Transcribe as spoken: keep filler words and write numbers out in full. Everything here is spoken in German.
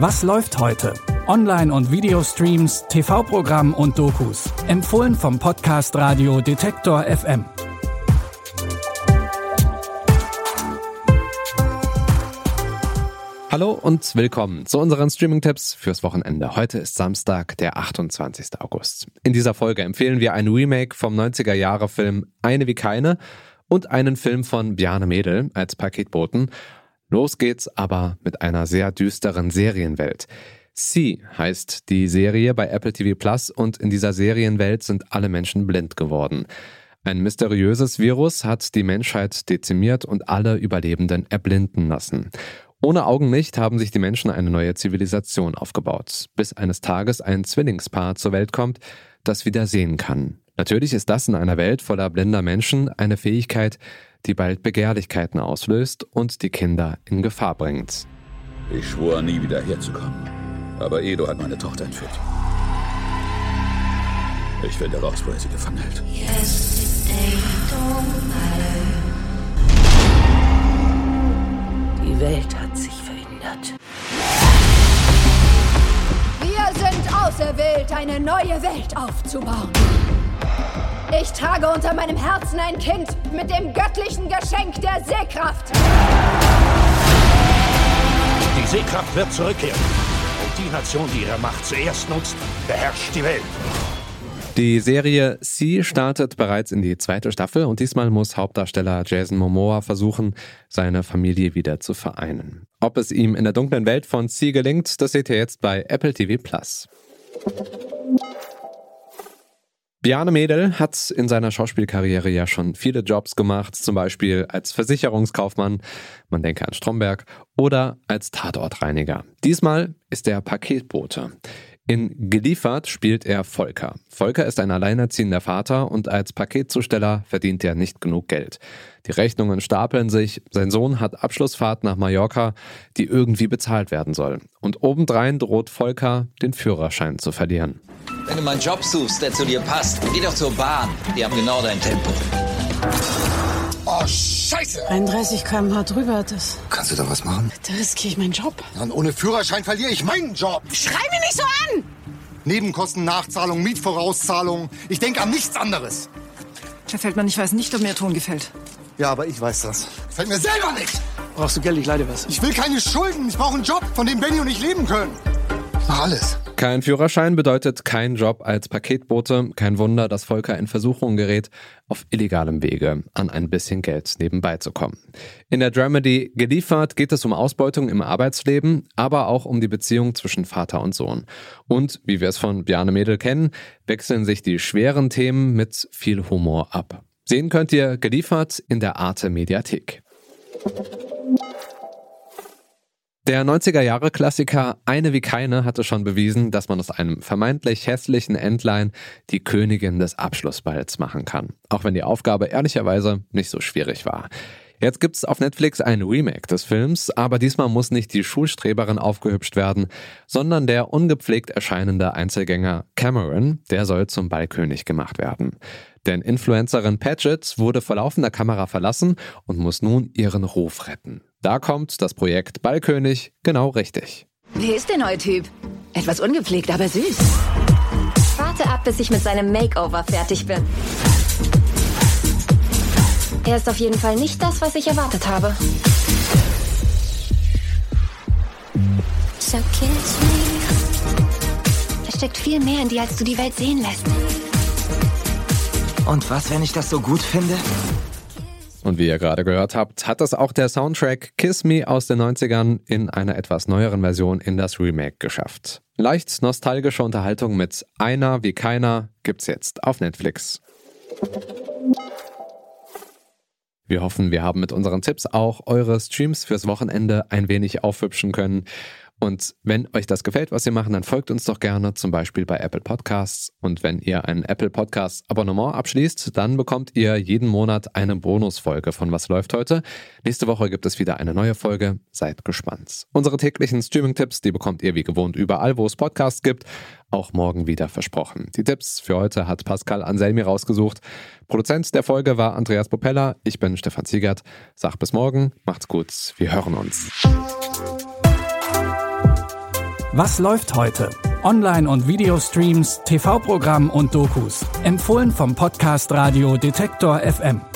Was läuft heute? Online- und Videostreams, T V-Programm und Dokus. Empfohlen vom Podcast Radio Detektor F M. Hallo und willkommen zu unseren Streaming-Tipps fürs Wochenende. Heute ist Samstag, der achtundzwanzigster August. In dieser Folge empfehlen wir ein Remake vom neunziger-Jahre-Film Eine wie keine und einen Film von Bjarne Mädel als Paketboten. Los geht's aber mit einer sehr düsteren Serienwelt. Sie heißt die Serie bei Apple T V Plus und in dieser Serienwelt sind alle Menschen blind geworden. Ein mysteriöses Virus hat die Menschheit dezimiert und alle Überlebenden erblinden lassen. Ohne Augenlicht haben sich die Menschen eine neue Zivilisation aufgebaut, bis eines Tages ein Zwillingspaar zur Welt kommt, das wieder sehen kann. Natürlich ist das in einer Welt voller blinder Menschen eine Fähigkeit, die bald Begehrlichkeiten auslöst und die Kinder in Gefahr bringt. Ich schwor, nie wieder herzukommen. Aber Edo hat meine Tochter entführt. Ich finde raus, wo er sie gefangen hält. Die Welt hat sich verändert. Wir sind auserwählt, eine neue Welt aufzubauen. Ich trage unter meinem Herzen ein Kind mit dem göttlichen Geschenk der Sehkraft. Die Sehkraft wird zurückkehren. Und die Nation, die ihre Macht zuerst nutzt, beherrscht die Welt. Die Serie Sie startet bereits in die zweite Staffel und diesmal muss Hauptdarsteller Jason Momoa versuchen, seine Familie wieder zu vereinen. Ob es ihm in der dunklen Welt von Sie gelingt, das seht ihr jetzt bei Apple T V Plus. Bjarne Mädel hat in seiner Schauspielkarriere ja schon viele Jobs gemacht, zum Beispiel als Versicherungskaufmann, man denke an Stromberg, oder als Tatortreiniger. Diesmal ist er Paketbote. In Geliefert spielt er Volker. Volker ist ein alleinerziehender Vater und als Paketzusteller verdient er nicht genug Geld. Die Rechnungen stapeln sich, sein Sohn hat Abschlussfahrt nach Mallorca, die irgendwie bezahlt werden soll. Und obendrein droht Volker, den Führerschein zu verlieren. Wenn du mal einen Job suchst, der zu dir passt, geh doch zur Bahn. Die haben genau dein Tempo. Oh, Scheiße! einunddreißig Kilometer pro Stunde drüber, das... Kannst du da was machen? Da riskiere ich meinen Job. Ja, und ohne Führerschein verliere ich meinen Job. Schrei mich nicht so an! Nebenkosten, Nachzahlung, Mietvorauszahlung. Ich denke an nichts anderes. Herr Feldmann, ich weiß nicht, ob mir Ihr Ton gefällt. Ja, aber ich weiß das. Fällt mir selber nicht. Brauchst du Geld? Ich leide was. Ich will keine Schulden. Ich brauche einen Job, von dem Benny und ich leben können. Ich mach alles. Kein Führerschein bedeutet kein Job als Paketbote. Kein Wunder, dass Volker in Versuchung gerät, auf illegalem Wege an ein bisschen Geld nebenbei zu kommen. In der Dramedy Geliefert geht es um Ausbeutung im Arbeitsleben, aber auch um die Beziehung zwischen Vater und Sohn. Und, wie wir es von Bjarne Mädel kennen, wechseln sich die schweren Themen mit viel Humor ab. Sehen könnt ihr Geliefert in der Arte Mediathek. Der neunziger-Jahre-Klassiker Eine wie keine hatte schon bewiesen, dass man aus einem vermeintlich hässlichen Entlein die Königin des Abschlussballs machen kann. Auch wenn die Aufgabe ehrlicherweise nicht so schwierig war. Jetzt gibt's auf Netflix ein Remake des Films, aber diesmal muss nicht die Schulstreberin aufgehübscht werden, sondern der ungepflegt erscheinende Einzelgänger Cameron, der soll zum Ballkönig gemacht werden. Denn Influencerin Paget wurde vor laufender Kamera verlassen und muss nun ihren Ruf retten. Da kommt das Projekt Ballkönig genau richtig. Wer ist der neue Typ? Etwas ungepflegt, aber süß. Warte ab, bis ich mit seinem Makeover fertig bin. Er ist auf jeden Fall nicht das, was ich erwartet habe. So kiss me. Es steckt viel mehr in dir, als du die Welt sehen lässt. Und was, wenn ich das so gut finde? Und wie ihr gerade gehört habt, hat das auch der Soundtrack Kiss Me aus den neunzigern in einer etwas neueren Version in das Remake geschafft. Leicht nostalgische Unterhaltung mit Einer wie keiner gibt's jetzt auf Netflix. Wir hoffen, wir haben mit unseren Tipps auch eure Streams fürs Wochenende ein wenig aufhübschen können. Und wenn euch das gefällt, was wir machen, dann folgt uns doch gerne, zum Beispiel bei Apple Podcasts. Und wenn ihr ein Apple Podcasts Abonnement abschließt, dann bekommt ihr jeden Monat eine Bonusfolge von Was läuft heute. Nächste Woche gibt es wieder eine neue Folge. Seid gespannt. Unsere täglichen Streaming-Tipps, die bekommt ihr wie gewohnt überall, wo es Podcasts gibt. Auch morgen wieder versprochen. Die Tipps für heute hat Pascal Anselmi rausgesucht. Produzent der Folge war Andreas Popella. Ich bin Stefan Ziegert. Sag bis morgen. Macht's gut. Wir hören uns. Was läuft heute? Online- und Videostreams, T V-Programm und Dokus. Empfohlen vom Podcast Radio Detektor F M.